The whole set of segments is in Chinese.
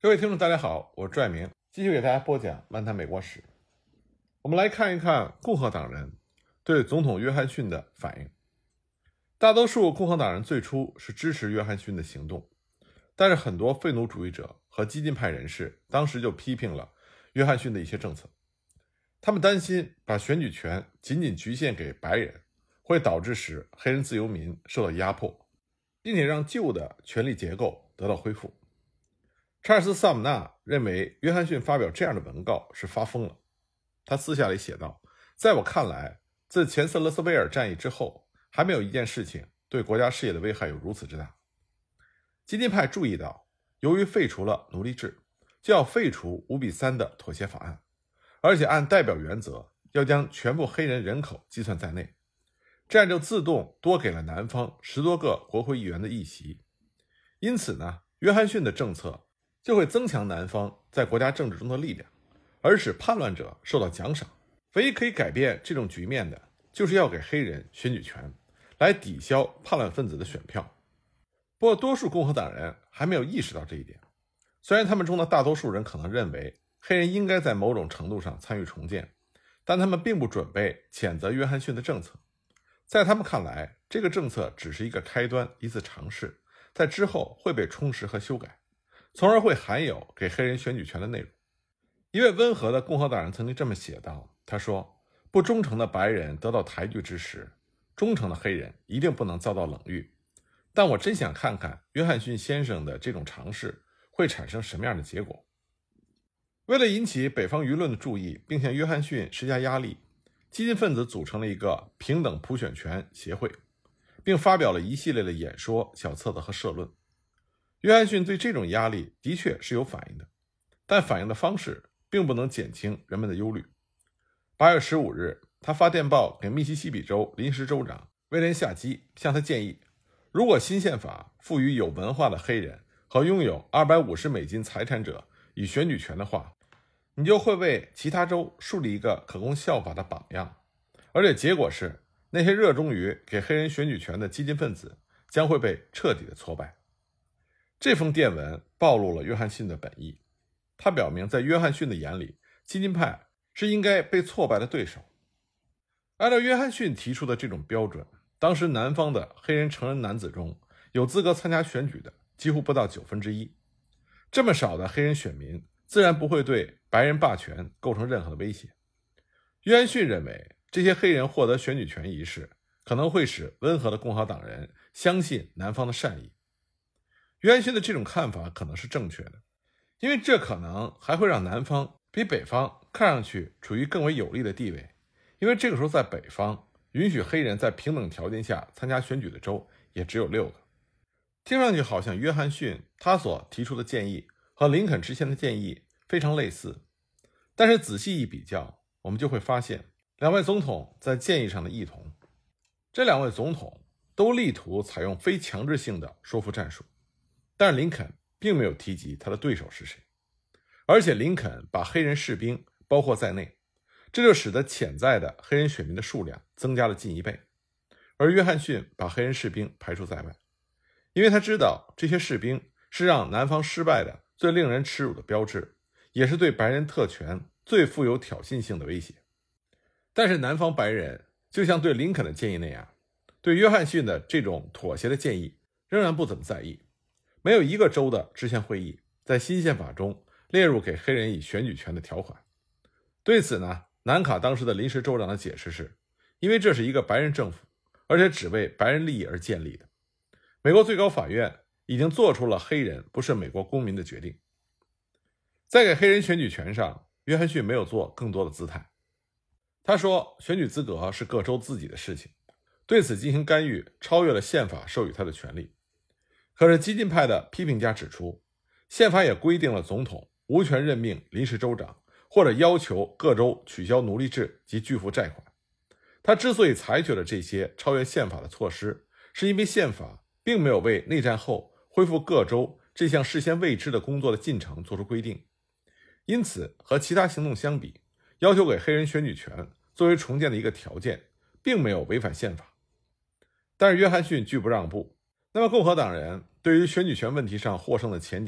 各位听众大家好，我是拽明，继续给大家播讲漫谈美国史。我们来看一看共和党人对总统约翰逊的反应。大多数共和党人最初是支持约翰逊的行动，但是很多废奴主义者和激进派人士当时就批评了约翰逊的一些政策。他们担心把选举权仅仅局限给白人会导致使黑人自由民受到压迫，并且让旧的权力结构得到恢复。查尔斯·萨姆纳认为约翰逊发表这样的文告是发疯了。他私下里写道，在我看来，自前瑟勒斯威尔战役之后，还没有一件事情对国家事业的危害有如此之大。激进派注意到，由于废除了奴隶制，就要废除5:3的妥协法案，而且按代表原则要将全部黑人人口计算在内，这样就自动多给了南方10多个国会议员的议席。因此呢，约翰逊的政策就会增强南方在国家政治中的力量，而使叛乱者受到奖赏。唯一可以改变这种局面的，就是要给黑人选举权，来抵消叛乱分子的选票。不过多数共和党人还没有意识到这一点，虽然他们中的大多数人可能认为黑人应该在某种程度上参与重建，但他们并不准备谴责约翰逊的政策。在他们看来，这个政策只是一个开端，一次尝试，在之后会被充实和修改，从而会含有给黑人选举权的内容。一位温和的共和党人曾经这么写道，他说，不忠诚的白人得到抬举之时，忠诚的黑人一定不能遭到冷遇。但我真想看看约翰逊先生的这种尝试会产生什么样的结果。为了引起北方舆论的注意，并向约翰逊施加压力，激进分子组成了一个平等普选权协会，并发表了一系列的演说、小册子和社论。约翰逊对这种压力的确是有反应的，但反应的方式并不能减轻人们的忧虑。8月15日，他发电报给密西西比州临时州长威廉夏基，向他建议，如果新宪法赋予有文化的黑人和拥有$250财产者以选举权的话，你就会为其他州树立一个可供效法的榜样，而且结果是那些热衷于给黑人选举权的激进分子将会被彻底的挫败。这封电文暴露了约翰逊的本意，他表明在约翰逊的眼里，激进派是应该被挫败的对手。按照约翰逊提出的这种标准，当时南方的黑人成人男子中有资格参加选举的几乎不到1/9，这么少的黑人选民自然不会对白人霸权构成任何的威胁。约翰逊认为，这些黑人获得选举权一事可能会使温和的共和党人相信南方的善意。约翰逊的这种看法可能是正确的，因为这可能还会让南方比北方看上去处于更为有利的地位，因为这个时候在北方允许黑人在平等条件下参加选举的州也只有6个。听上去好像约翰逊他所提出的建议和林肯之前的建议非常类似，但是仔细一比较，我们就会发现两位总统在建议上的异同。这两位总统都力图采用非强制性的说服战术，但是林肯并没有提及他的对手是谁，而且林肯把黑人士兵包括在内，这就使得潜在的黑人选民的数量增加了近1倍。而约翰逊把黑人士兵排除在外，因为他知道这些士兵是让南方失败的最令人耻辱的标志，也是对白人特权最富有挑衅性的威胁。但是南方白人就像对林肯的建议那样，对约翰逊的这种妥协的建议仍然不怎么在意。没有一个州的制宪会议在新宪法中列入给黑人以选举权的条款。对此呢，南卡当时的临时州长的解释是，因为这是一个白人政府，而且只为白人利益而建立的。美国最高法院已经做出了黑人不是美国公民的决定。在给黑人选举权上，约翰逊没有做更多的姿态。他说，选举资格是各州自己的事情，对此进行干预超越了宪法授予他的权利。可是激进派的批评家指出，宪法也规定了总统无权任命临时州长，或者要求各州取消奴隶制及拒付债款。他之所以采取了这些超越宪法的措施，是因为宪法并没有为内战后恢复各州这项事先未知的工作的进程做出规定。因此，和其他行动相比，要求给黑人选举权作为重建的一个条件，并没有违反宪法。但是约翰逊拒不让步，那么共和党人对于选举权问题上获胜的前景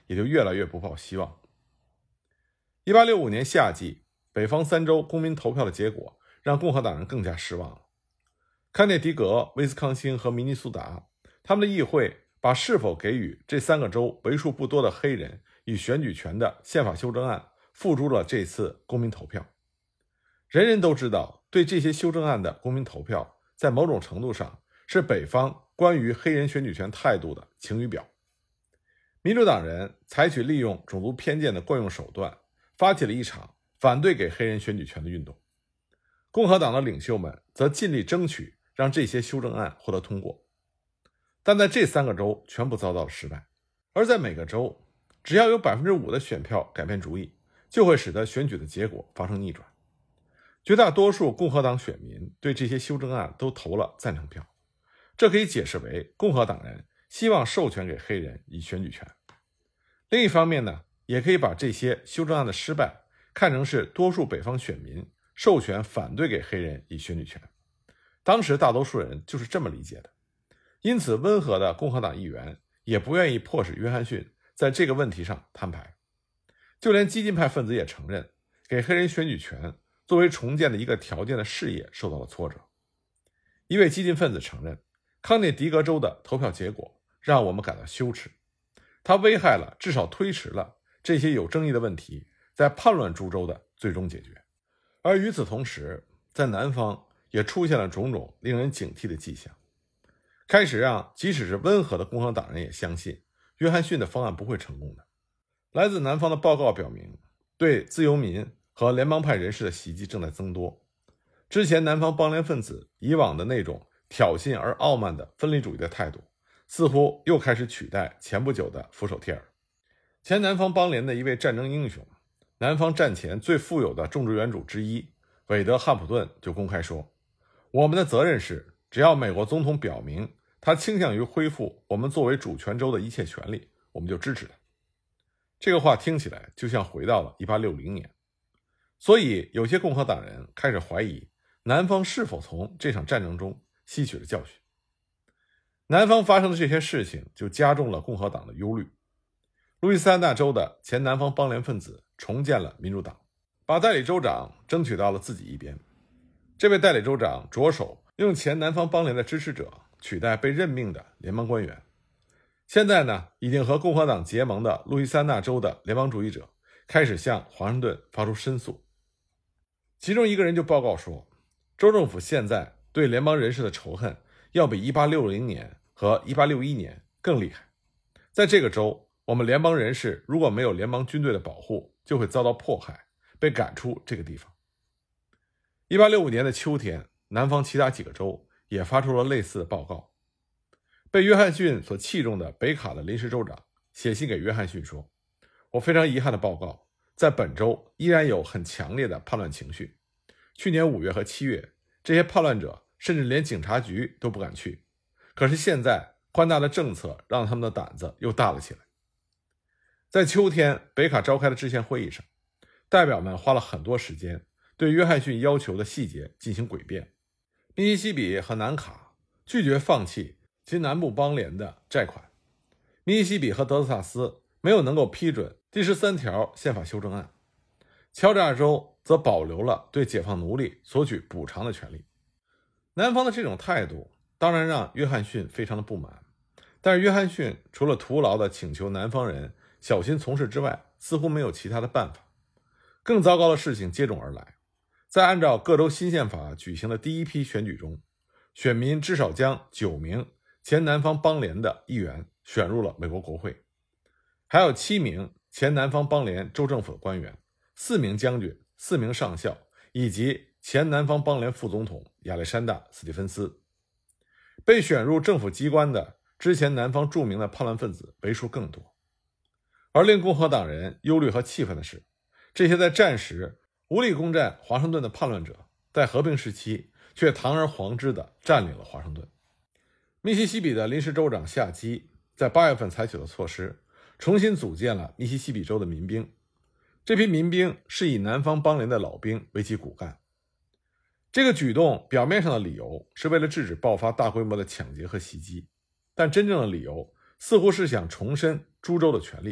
也就越来越不抱希望。1865年夏季，北方3州公民投票的结果让共和党人更加失望了。康涅狄格、威斯康星和明尼苏达，他们的议会把是否给予这3个州为数不多的黑人以选举权的宪法修正案付诸了这次公民投票。人人都知道，对这些修正案的公民投票在某种程度上是北方关于黑人选举权态度的晴雨表。民主党人采取利用种族偏见的惯用手段，发起了一场反对给黑人选举权的运动。共和党的领袖们则尽力争取让这些修正案获得通过，但在这3个州全部遭到了失败。而在每个州，只要有 5% 的选票改变主意，就会使得选举的结果发生逆转。绝大多数共和党选民对这些修正案都投了赞成票，这可以解释为共和党人希望授权给黑人以选举权。另一方面呢，也可以把这些修正案的失败看成是多数北方选民授权反对给黑人以选举权。当时大多数人就是这么理解的，因此温和的共和党议员也不愿意迫使约翰逊在这个问题上摊牌。就连激进派分子也承认，给黑人选举权作为重建的一个条件的事业受到了挫折。一位激进分子承认，康涅狄格州的投票结果让我们感到羞耻，它危害了，至少推迟了这些有争议的问题在叛乱诸州的最终解决。而与此同时，在南方也出现了种种令人警惕的迹象，开始让即使是温和的共和党人也相信约翰逊的方案不会成功的。来自南方的报告表明，对自由民和联邦派人士的袭击正在增多。之前南方邦联分子以往的那种挑衅而傲慢的分离主义的态度，似乎又开始取代前不久的俯首帖耳。前南方邦联的一位战争英雄，南方战前最富有的种植园主之一韦德·汉普顿就公开说，我们的责任是，只要美国总统表明他倾向于恢复我们作为主权州的一切权利，我们就支持他。这个话听起来就像回到了1860年。所以有些共和党人开始怀疑南方是否从这场战争中吸取了教训。南方发生的这些事情就加重了共和党的忧虑。路易斯安那州的前南方邦联分子重建了民主党，把代理州长争取到了自己一边。这位代理州长着手用前南方邦联的支持者取代被任命的联邦官员。现在呢，已经和共和党结盟的路易斯安那州的联邦主义者开始向华盛顿发出申诉。其中一个人就报告说，州政府现在对联邦人士的仇恨要比1860年和1861年更厉害。在这个州，我们联邦人士如果没有联邦军队的保护，就会遭到迫害，被赶出这个地方。1865年的秋天，南方其他几个州也发出了类似的报告。被约翰逊所器重的北卡的临时州长写信给约翰逊说，我非常遗憾的报告，在本州依然有很强烈的叛乱情绪。去年5月和7月，这些叛乱者甚至连警察局都不敢去。可是现在宽大的政策让他们的胆子又大了起来。在秋天北卡召开的制宪会议上，代表们花了很多时间对约翰逊要求的细节进行诡辩。密西西比和南卡拒绝放弃其南部邦联的债款，密西西比和德克萨斯没有能够批准第13条宪法修正案，乔治亚州则保留了对解放奴隶索取补偿的权利。南方的这种态度当然让约翰逊非常的不满，但是约翰逊除了徒劳地请求南方人小心从事之外，似乎没有其他的办法。更糟糕的事情接踵而来，在按照各州新宪法举行的第一批选举中，选民至少将9名前南方邦联的议员选入了美国国会，还有7名前南方邦联州政府的官员，4名将军，4名上校，以及前南方邦联副总统亚历山大·斯蒂芬斯。被选入政府机关的之前南方著名的叛乱分子为数更多。而令共和党人忧虑和气愤的是，这些在战时无力攻占华盛顿的叛乱者，在和平时期却堂而皇之地占领了华盛顿。密西西比的临时州长夏基在8月份采取了措施，重新组建了密西西比州的民兵。这批民兵是以南方邦联的老兵为其骨干。这个举动表面上的理由是为了制止爆发大规模的抢劫和袭击，但真正的理由似乎是想重申诸州的权利，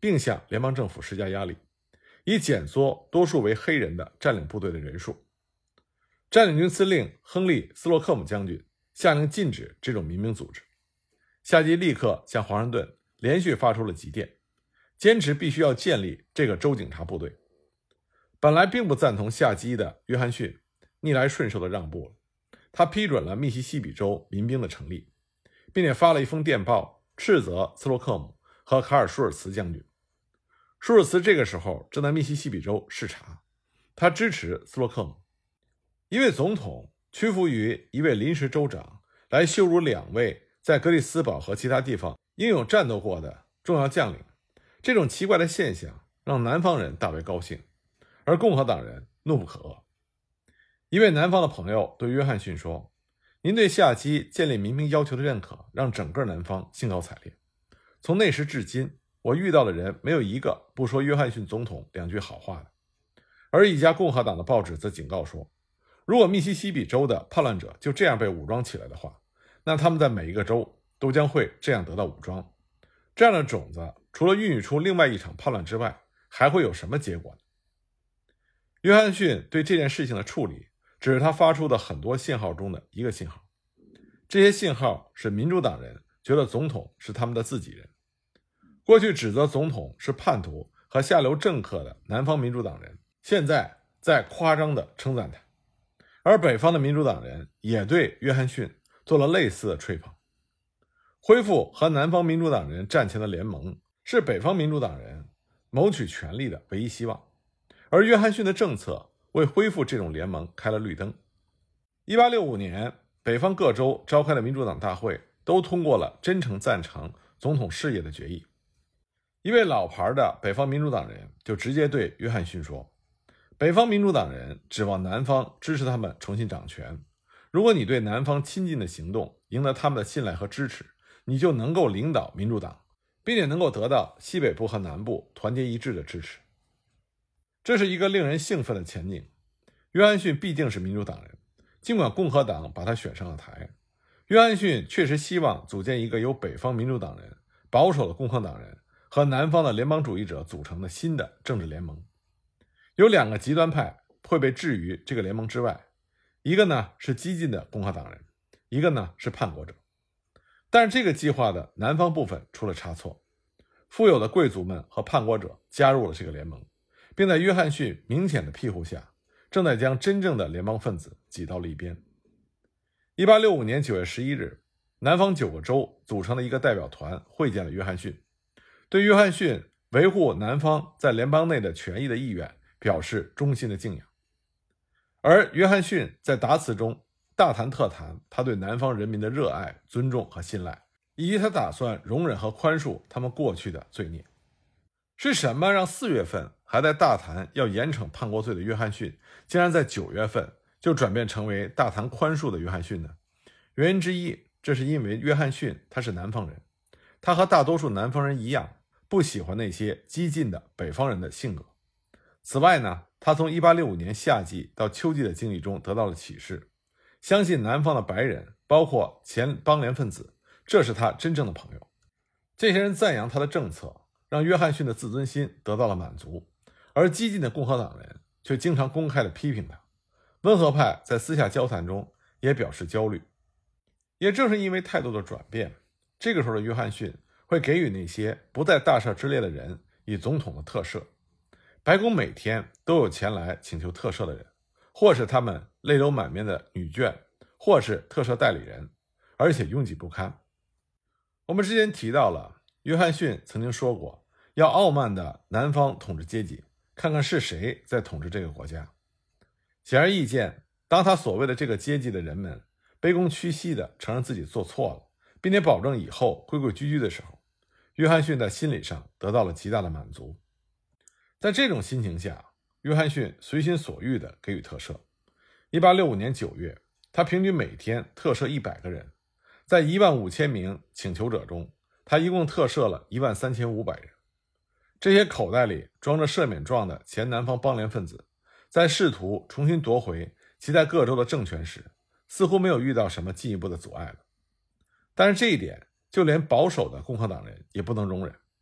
并向联邦政府施加压力，以减缩多数为黑人的占领部队的人数。占领军司令亨利·斯洛克姆将军下令禁止这种民兵组织。夏基立刻向华盛顿连续发出了急电，坚持必须要建立这个州警察部队。本来并不赞同夏基的约翰逊逆来顺受的让步了，他批准了密西西比州民兵的成立，并且发了一封电报斥责斯洛克姆和卡尔舒尔茨将军。舒尔茨这个时候正在密西西比州视察，他支持斯洛克姆。一位总统屈服于一位临时州长，来羞辱2位在格里斯堡和其他地方英勇战斗过的重要将领，这种奇怪的现象让南方人大为高兴，而共和党人怒不可遏。一位南方的朋友对约翰逊说：“您对夏基建立民兵要求的认可，让整个南方兴高采烈。从那时至今，我遇到的人没有一个不说约翰逊总统2句好话的。”而一家共和党的报纸则警告说，如果密西西比州的叛乱者就这样被武装起来的话，那他们在每一个州都将会这样得到武装。这样的种子除了孕育出另外一场叛乱之外，还会有什么结果呢？约翰逊对这件事情的处理只是他发出的很多信号中的一个信号。这些信号使民主党人觉得总统是他们的自己人。过去指责总统是叛徒和下流政客的南方民主党人，现在在夸张地称赞他。而北方的民主党人也对约翰逊做了类似的吹捧。恢复和南方民主党人战前的联盟是北方民主党人谋取权力的唯一希望，而约翰逊的政策为恢复这种联盟开了绿灯。1865年，北方各州召开的民主党大会都通过了真诚赞成总统事业的决议。一位老牌的北方民主党人就直接对约翰逊说，北方民主党人指望南方支持他们重新掌权，如果你对南方亲近的行动赢得他们的信赖和支持，你就能够领导民主党，并且能够得到西北部和南部团结一致的支持。这是一个令人兴奋的前景。约翰逊毕竟是民主党人，尽管共和党把他选上了台，约翰逊确实希望组建一个由北方民主党人、保守的共和党人和南方的联邦主义者组成的新的政治联盟。有2个极端派会被置于这个联盟之外，一个呢是激进的共和党人，一个呢是叛国者。但是这个计划的南方部分出了差错，富有的贵族们和叛国者加入了这个联盟，并在约翰逊明显的庇护下，正在将真正的联邦分子挤到了一边。1865年9月11日，南方9个州组成了一个代表团会见了约翰逊，对约翰逊维护南方在联邦内的权益的意愿表示衷心的敬仰。而约翰逊在答词中大谈特谈他对南方人民的热爱、尊重和信赖，以及他打算容忍和宽恕他们过去的罪孽。是什么让4月份还在大谈要严惩叛国罪的约翰逊，竟然在9月份就转变成为大谈宽恕的约翰逊呢？原因之一，这是因为约翰逊他是南方人，他和大多数南方人一样，不喜欢那些激进的北方人的性格。此外呢，他从1865年夏季到秋季的经历中得到了启示，相信南方的白人，包括前邦联分子，这是他真正的朋友。这些人赞扬他的政策，让约翰逊的自尊心得到了满足，而激进的共和党人却经常公开地批评他。温和派在私下交谈中也表示焦虑。也正是因为态度的转变，这个时候的约翰逊会给予那些不在大赦之列的人以总统的特赦。白宫每天都有前来请求特赦的人，或是他们泪流满面的女眷，或是特赦代理人，而且拥挤不堪。我们之前提到了，约翰逊曾经说过，要傲慢的南方统治阶级，看看是谁在统治这个国家。显而易见，当他所谓的这个阶级的人们卑躬屈膝地承认自己做错了，并且保证以后规规矩矩的时候，约翰逊在心理上得到了极大的满足。在这种心情下，约翰逊随心所欲地给予特赦。1865年9月，他平均每天特赦100个人，在15000名请求者中，他一共特赦了13500人。这些口袋里装着赦免状的前南方邦联分子，在试图重新夺回其在各州的政权时，似乎没有遇到什么进一步的阻碍了。但是这一点，就连保守的共和党人也不能容忍。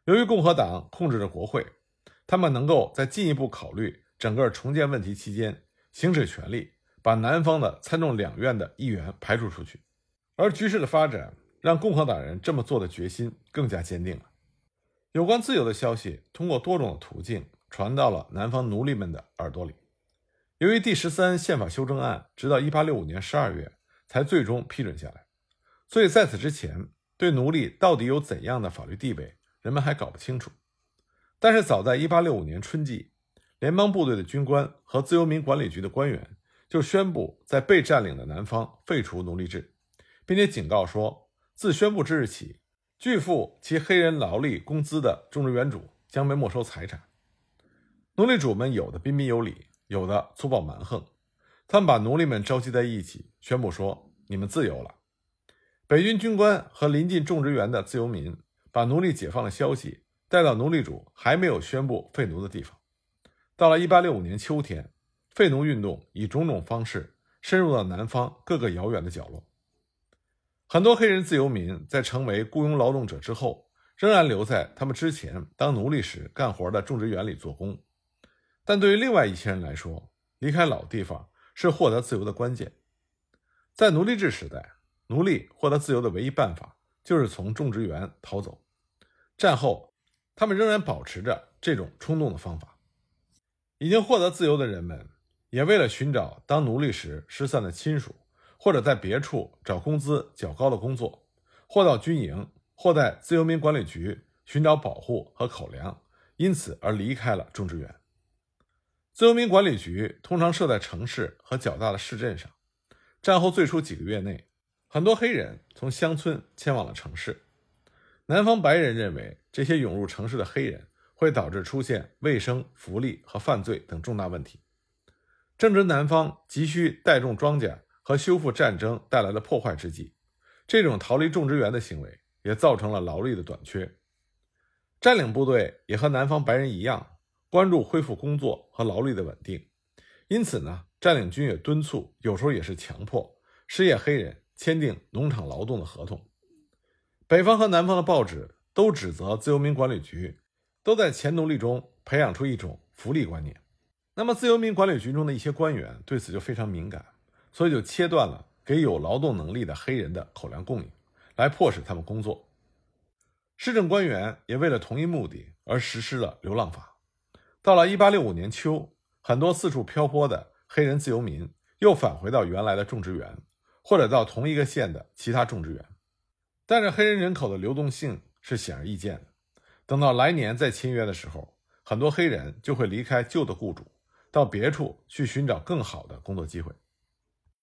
由于共和党控制着国会，他们能够在进一步考虑整个重建问题期间行使权力，把南方的参众两院的议员排除出去。而局势的发展让共和党人这么做的决心更加坚定了。有关自由的消息通过多种的途径传到了南方奴隶们的耳朵里。由于第13宪法修正案直到1865年12月才最终批准下来，所以在此之前对奴隶到底有怎样的法律地位，人们还搞不清楚。但是早在1865年春季，联邦部队的军官和自由民管理局的官员就宣布在被占领的南方废除奴隶制，并且警告说，自宣布之日起，拒付其黑人劳力工资的种植园主将被没收财产。奴隶主们有的彬彬有礼，有的粗暴蛮横，他们把奴隶们召集在一起，宣布说，你们自由了。北军军官和临近种植园的自由民把奴隶解放的消息带到奴隶主还没有宣布废奴的地方。到了1865年秋天，废奴运动以种种方式深入到南方各个遥远的角落。很多黑人自由民在成为雇佣劳动者之后，仍然留在他们之前当奴隶时干活的种植园里做工。但对于另外一些人来说，离开老地方是获得自由的关键。在奴隶制时代，奴隶获得自由的唯一办法就是从种植园逃走。战后，他们仍然保持着这种冲动的方法。已经获得自由的人们也为了寻找当奴隶时失散的亲属，或者在别处找工资较高的工作，或到军营，或在自由民管理局寻找保护和口粮，因此而离开了种植园。自由民管理局通常设在城市和较大的市镇上。战后最初几个月内，很多黑人从乡村迁往了城市。南方白人认为这些涌入城市的黑人会导致出现卫生、福利和犯罪等重大问题。正值南方急需代种庄稼和修复战争带来的破坏之际，这种逃离种植园的行为也造成了劳力的短缺。占领部队也和南方白人一样，关注恢复工作和劳力的稳定。因此呢，占领军也敦促，有时候也是强迫失业黑人签订农场劳动的合同。北方和南方的报纸都指责自由民管理局都在前奴隶中培养出一种福利观念。那么自由民管理局中的一些官员对此就非常敏感，所以就切断了给有劳动能力的黑人的口粮供应，来迫使他们工作。市政官员也为了同一目的而实施了流浪法。到了1865年秋，很多四处漂泊的黑人自由民又返回到原来的种植园，或者到同一个县的其他种植园。但是黑人人口的流动性是显而易见的，等到来年再签约的时候，很多黑人就会离开旧的雇主，到别处去寻找更好的工作机会。